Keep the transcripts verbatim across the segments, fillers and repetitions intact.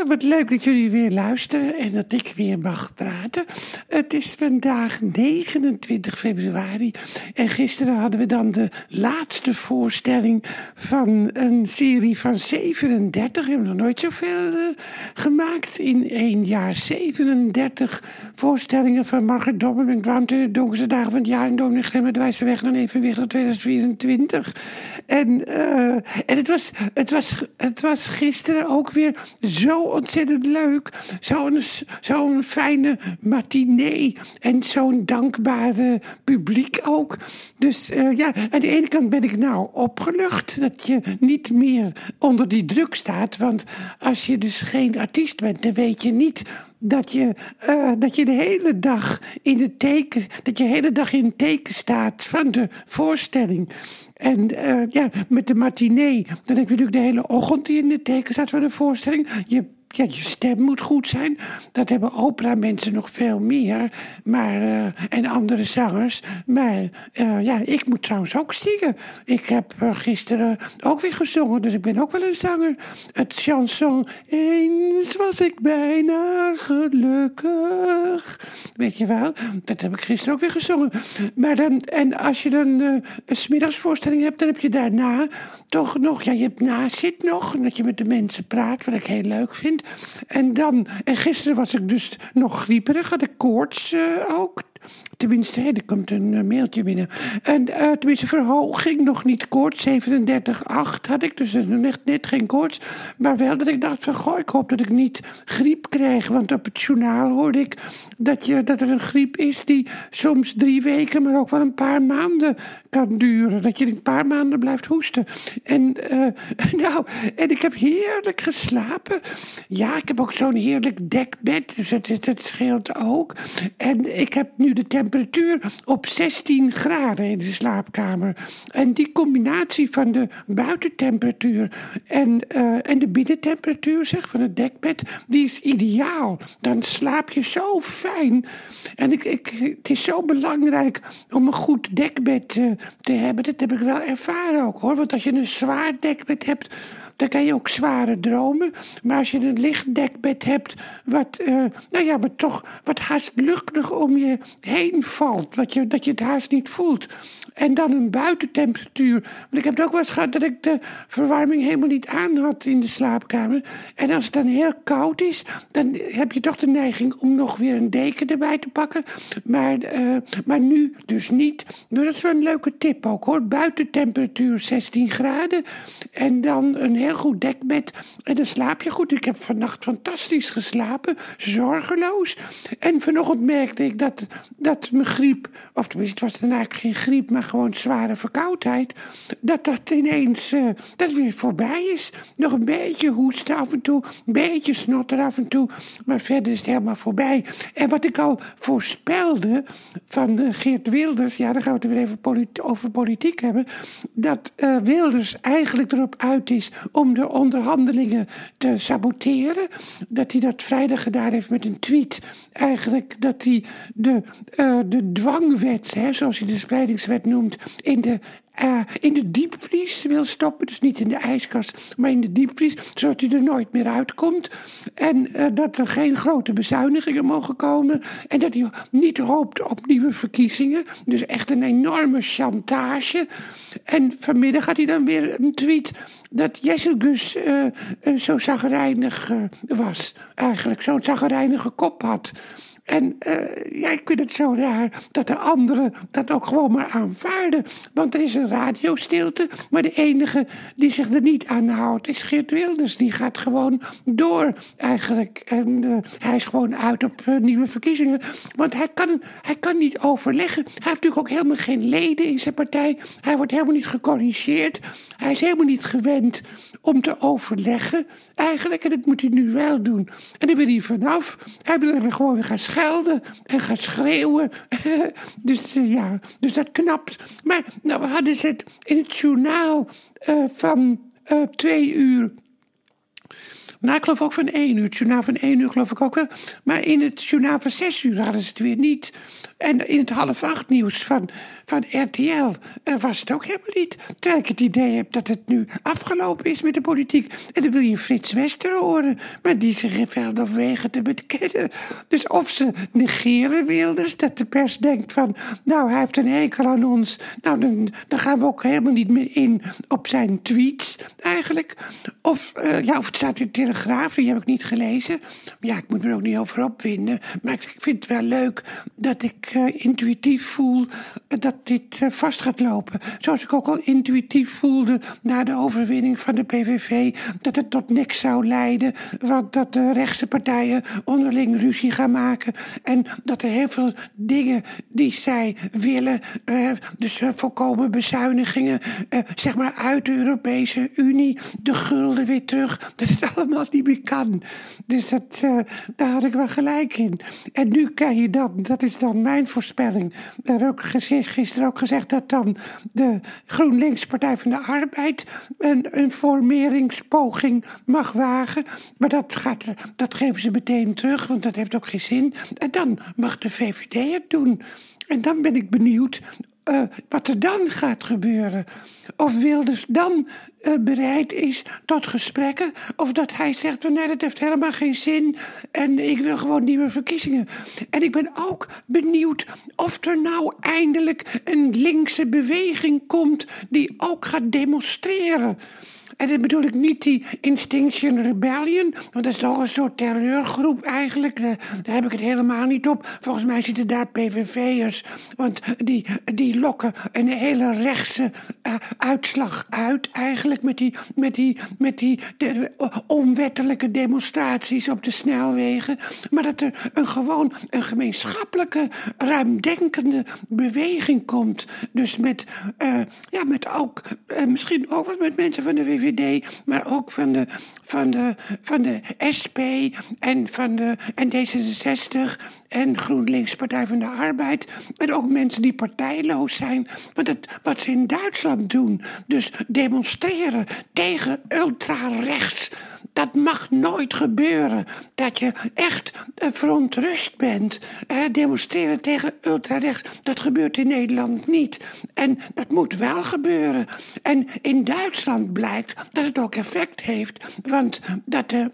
wat leuk dat jullie weer luisteren en dat ik weer mag praten. Het is vandaag negenentwintig februari en gisteren hadden we dan de laatste voorstelling van een serie van zevenendertig. We hebben nog nooit zoveel uh, gemaakt in één jaar. zevenendertig voorstellingen van Margaret Dobbin en Grant de donkerste dagen van het jaar en Dominic Gremmer de wijze weg naar evenwicht tot tweeduizend vierentwintig. En, uh, en het, was, het, was, het was gisteren ook weer zo ontzettend leuk. Zo'n, zo'n fijne matinee en zo'n dankbare publiek ook. Dus uh, ja, aan de ene kant ben ik nou opgelucht dat je niet meer onder die druk staat. Want als je dus geen artiest bent, dan weet je niet dat je, uh, dat je de hele dag in het teken, dat je de hele dag in het teken staat van de voorstelling. En uh, ja, met de matinee, dan heb je natuurlijk de hele ochtend die in het teken staat van de voorstelling. Je Ja, je stem moet goed zijn. Dat hebben opera-mensen nog veel meer. Maar, uh, en andere zangers. Maar uh, ja, ik moet trouwens ook zingen. Ik heb uh, gisteren ook weer gezongen. Dus ik ben ook wel een zanger. Het chanson Eens was ik bijna gelukkig. Weet je wel? Dat heb ik gisteren ook weer gezongen. Maar dan, en als je dan uh, een 's middags voorstelling hebt, dan heb je daarna toch nog, ja, je hebt nazit nog, dat je met de mensen praat, wat ik heel leuk vind. En dan, en gisteren was ik dus nog grieperig, had ik koorts uh, ook. Tenminste, er komt een uh, mailtje binnen. En uh, tenminste, verhoging nog niet koorts. zevenendertig komma acht had ik, dus dat is nog net, net geen koorts. Maar wel dat ik dacht van, goh, ik hoop dat ik niet griep krijg. Want op het journaal hoorde ik dat, je, dat er een griep is die soms drie weken, maar ook wel een paar maanden kan duren. Dat je een paar maanden blijft hoesten. En, uh, nou, en ik heb heerlijk geslapen. Ja, ik heb ook zo'n heerlijk dekbed, dus dat, dat scheelt ook. En ik heb nu de temperatuur op zestien graden in de slaapkamer. En die combinatie van de buitentemperatuur en, uh, en de binnentemperatuur, zeg, van het dekbed, die is ideaal. Dan slaap je zo fijn. En ik, ik, het is zo belangrijk om een goed dekbed uh, te hebben. Dat heb ik wel ervaren ook, hoor. Want als je een zwaar dekbed hebt, dan kan je ook zware dromen. Maar als je een licht dekbed hebt, wat, uh, nou ja, wat toch wat haast luchtig om je heen valt. Wat je, dat je het haast niet voelt. En dan een buitentemperatuur. Want ik heb het ook wel eens gehad dat ik de verwarming helemaal niet aan had in de slaapkamer. En als het dan heel koud is, dan heb je toch de neiging om nog weer een deken erbij te pakken. Maar, uh, maar nu dus niet. Dus dat is wel een leuke tip ook, hoor. Buitentemperatuur zestien graden. En dan een heel goed dekbed. En dan slaap je goed. Ik heb vannacht fantastisch geslapen. Zorgeloos. En vanochtend merkte ik dat, dat mijn griep, of tenminste het was dan eigenlijk geen griep, maar gewoon zware verkoudheid, dat dat ineens uh, dat weer voorbij is. Nog een beetje hoesten af en toe, een beetje snotter af en toe, maar verder is het helemaal voorbij. En wat ik al voorspelde van uh, Geert Wilders, ja, dan gaan we het weer even politi- over politiek hebben, dat uh, Wilders eigenlijk erop uit is om de onderhandelingen te saboteren. Dat hij dat vrijdag gedaan heeft met een tweet. Eigenlijk dat hij de, uh, de dwangwet, hè, zoals hij de spreidingswet noemt, in de Uh, in de diepvries wil stoppen. Dus niet in de ijskast, maar in de diepvries, zodat hij er nooit meer uitkomt. En uh, dat er geen grote bezuinigingen mogen komen. En dat hij niet hoopt op nieuwe verkiezingen. Dus echt een enorme chantage. En vanmiddag had hij dan weer een tweet dat Jesselgus uh, uh, zo chagrijnig uh, was. Eigenlijk zo'n chagrijnige kop had. En uh, ja, ik vind het zo raar dat de anderen dat ook gewoon maar aanvaarden. Want er is een radiostilte, maar de enige die zich er niet aan houdt is Geert Wilders. Die gaat gewoon door eigenlijk. En uh, hij is gewoon uit op uh, nieuwe verkiezingen. Want hij kan, hij kan niet overleggen. Hij heeft natuurlijk ook helemaal geen leden in zijn partij. Hij wordt helemaal niet gecorrigeerd. Hij is helemaal niet gewend om te overleggen eigenlijk. En dat moet hij nu wel doen. En dan wil hij vanaf. Hij wil er gewoon weer gaan schelden en gaan schreeuwen. dus uh, ja, dus dat knapt. Maar nou, we hadden ze het in het journaal uh, van uh, twee uur. Nou, ik geloof ook van één uur. Het journaal van één uur geloof ik ook wel. Maar in het journaal van zes uur hadden ze het weer niet. En in het half acht nieuws van, van R T L uh, was het ook helemaal niet. Terwijl ik het idee heb dat het nu afgelopen is met de politiek. En dan wil je Frits Wester horen, maar die zich in veld of wegen te bekennen. Dus of ze negeren Wilders, dat de pers denkt van, nou, hij heeft een hekel aan ons. Nou, dan, dan gaan we ook helemaal niet meer in op zijn tweets eigenlijk. Of, uh, ja, of het staat in de Telegraaf, die heb ik niet gelezen. Ja, ik moet me er ook niet over opwinden. Maar ik vind het wel leuk dat ik uh, intuïtief voel dat dit uh, vast gaat lopen. Zoals ik ook al intuïtief voelde na de overwinning van de P V V... dat het tot niks zou leiden, want dat de rechtse partijen onderling ruzie gaan maken. En dat er heel veel dingen die zij willen, uh, dus uh, voorkomen bezuinigingen, uh, zeg maar uit de Europese Unie, de gulden weer terug, dat het allemaal niet meer kan. Dus dat, uh, daar had ik wel gelijk in. En nu kan je dan, dat is dan mijn voorspelling, er ook gezegd, gisteren ook gezegd dat dan de GroenLinks Partij van de Arbeid een, een formeringspoging mag wagen. Maar dat, gaat, dat geven ze meteen terug, want dat heeft ook geen zin. En dan mag de V V D het doen. En dan ben ik benieuwd uh, wat er dan gaat gebeuren. Of Wilders dan uh, bereid is tot gesprekken. Of dat hij zegt, van, nee, dat heeft helemaal geen zin. En ik wil gewoon nieuwe verkiezingen. En ik ben ook benieuwd of er nou eindelijk een linkse beweging komt die ook gaat demonstreren. En dat bedoel ik niet die Extinction Rebellion, want dat is toch een soort terreurgroep eigenlijk. Daar, daar heb ik het helemaal niet op. Volgens mij zitten daar P V V'ers, want die, die lokken een hele rechtse uh, uitslag uit eigenlijk met die, met die, met die de, uh, onwettelijke demonstraties op de snelwegen. Maar dat er een, gewoon een gemeenschappelijke, ruimdenkende beweging komt. Dus met, uh, ja, met ook, uh, misschien ook wat met mensen van de W V D, maar ook van de, van de, van de S P en van de en D zesenzestig en GroenLinks Partij van de Arbeid. En ook mensen die partijloos zijn. Want het, wat ze in Duitsland doen, dus demonstreren tegen ultrarechts, dat mag nooit gebeuren. Dat je echt uh, verontrust bent. Uh, demonstreren tegen ultrarechts, dat gebeurt in Nederland niet. En dat moet wel gebeuren. En in Duitsland blijkt dat het ook effect heeft. Want dat de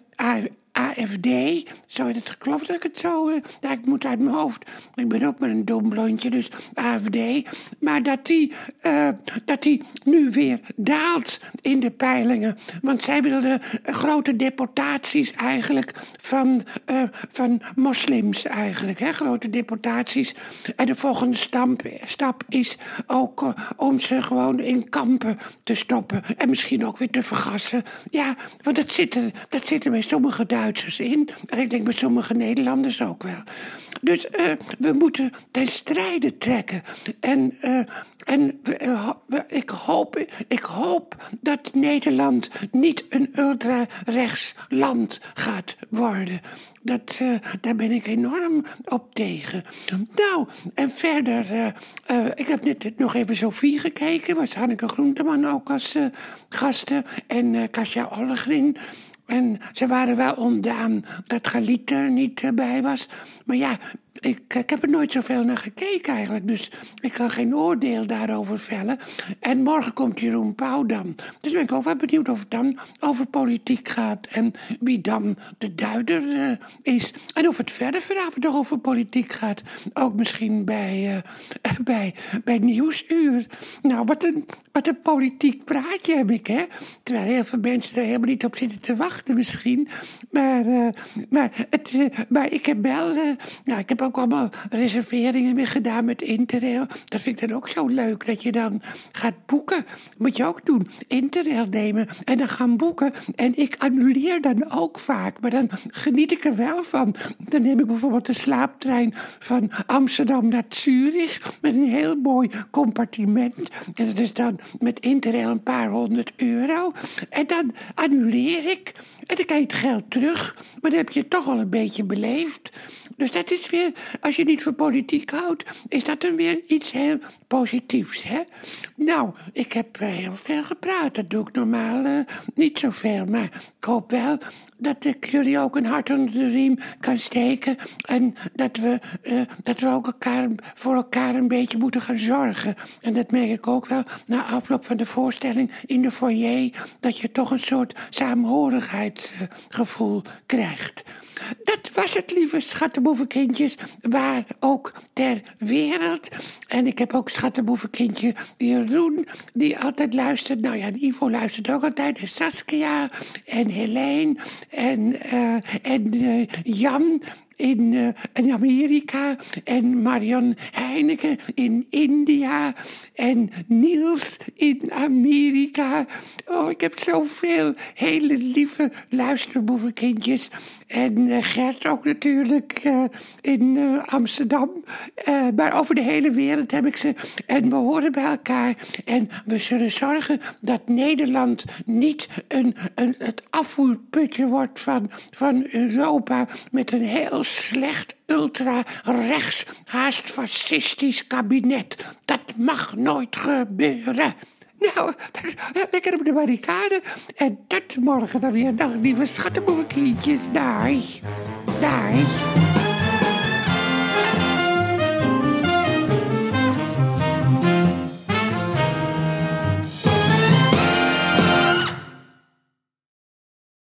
A F D, zo heet het, geloof dat ik het zo, uh, nou, ik moet uit mijn hoofd, ik ben ook maar een dom blondje, dus A F D, maar dat die, uh, dat die nu weer daalt in de peilingen, want zij wilden uh, grote deportaties eigenlijk van, uh, van moslims eigenlijk, hè, grote deportaties. En de volgende stap, stap is ook uh, om ze gewoon in kampen te stoppen en misschien ook weer te vergassen. Ja, want dat zit er, dat zit er bij sommige Duitsers in. En ik denk bij sommige Nederlanders ook wel. Dus uh, we moeten ten strijde trekken. En, uh, en uh, ik, hoop, ik hoop dat Nederland niet een ultra-rechts land gaat worden. Dat, uh, daar ben ik enorm op tegen. Nou, en verder, uh, uh, ik heb net nog even Sophie gekeken. Was Hanneke Groenteman ook als uh, gasten. En uh, Kasia Ollegren. En ze waren wel ontdaan dat Galit er niet uh, bij was. Maar ja, ik, ik heb er nooit zoveel naar gekeken eigenlijk. Dus ik kan geen oordeel daarover vellen. En morgen komt Jeroen Pauw dan. Dus ben ik ook wel benieuwd of het dan over politiek gaat. En wie dan de duider uh, is. En of het verder vanavond nog over politiek gaat. Ook misschien bij, uh, bij, bij Nieuwsuur. Nou, wat een, wat een politiek praatje heb ik, hè. Terwijl heel veel mensen er helemaal niet op zitten te wachten misschien. Maar, uh, maar, het, uh, maar ik heb wel... Uh, nou, ik heb ook allemaal reserveringen weer gedaan met Interrail. Dat vind ik dan ook zo leuk, dat je dan gaat boeken. Moet je ook doen. Interrail nemen en dan gaan boeken. En ik annuleer dan ook vaak, maar dan geniet ik er wel van. Dan neem ik bijvoorbeeld de slaaptrein van Amsterdam naar Zurich met een heel mooi compartiment. En dat is dan met Interrail een paar honderd euro. En dan annuleer ik en dan krijg je het geld terug. Maar dan heb je het toch al een beetje beleefd. Dus dat is weer, als je niet van politiek houdt, is dat dan weer iets heel positiefs, hè? Nou, ik heb heel veel gepraat. Dat doe ik normaal uh, niet zoveel. Maar ik hoop wel dat ik jullie ook een hart onder de riem kan steken. En dat we, uh, dat we ook elkaar, voor elkaar een beetje moeten gaan zorgen. En dat merk ik ook wel na afloop van de voorstelling in de foyer, dat je toch een soort saamhorigheidsgevoel uh, krijgt. Dat was het, lieve schattenboevenkindjes, waar ook ter wereld. En ik heb ook schattenboevenkindje Jeroen, die altijd luistert. Nou ja, Ivo luistert ook altijd. En Saskia en Helene en, uh, en uh, Jan in, uh, in Amerika. En Marion Heineken in India. En Niels in Amerika. Oh, ik heb zoveel hele lieve luisterboevenkindjes. En uh, Gert ook natuurlijk uh, in uh, Amsterdam. Uh, maar over de hele wereld heb ik ze. En we horen bij elkaar. En we zullen zorgen dat Nederland niet een, een, het afvoerputje wordt van, van Europa. Met een heel slecht ultra-rechts, haast fascistisch kabinet. Dat mag nooit gebeuren. Nou, lekker op de barricade. En tot morgen dan weer. Dag, lieve schattenboevenkindjes. Dag. Dag.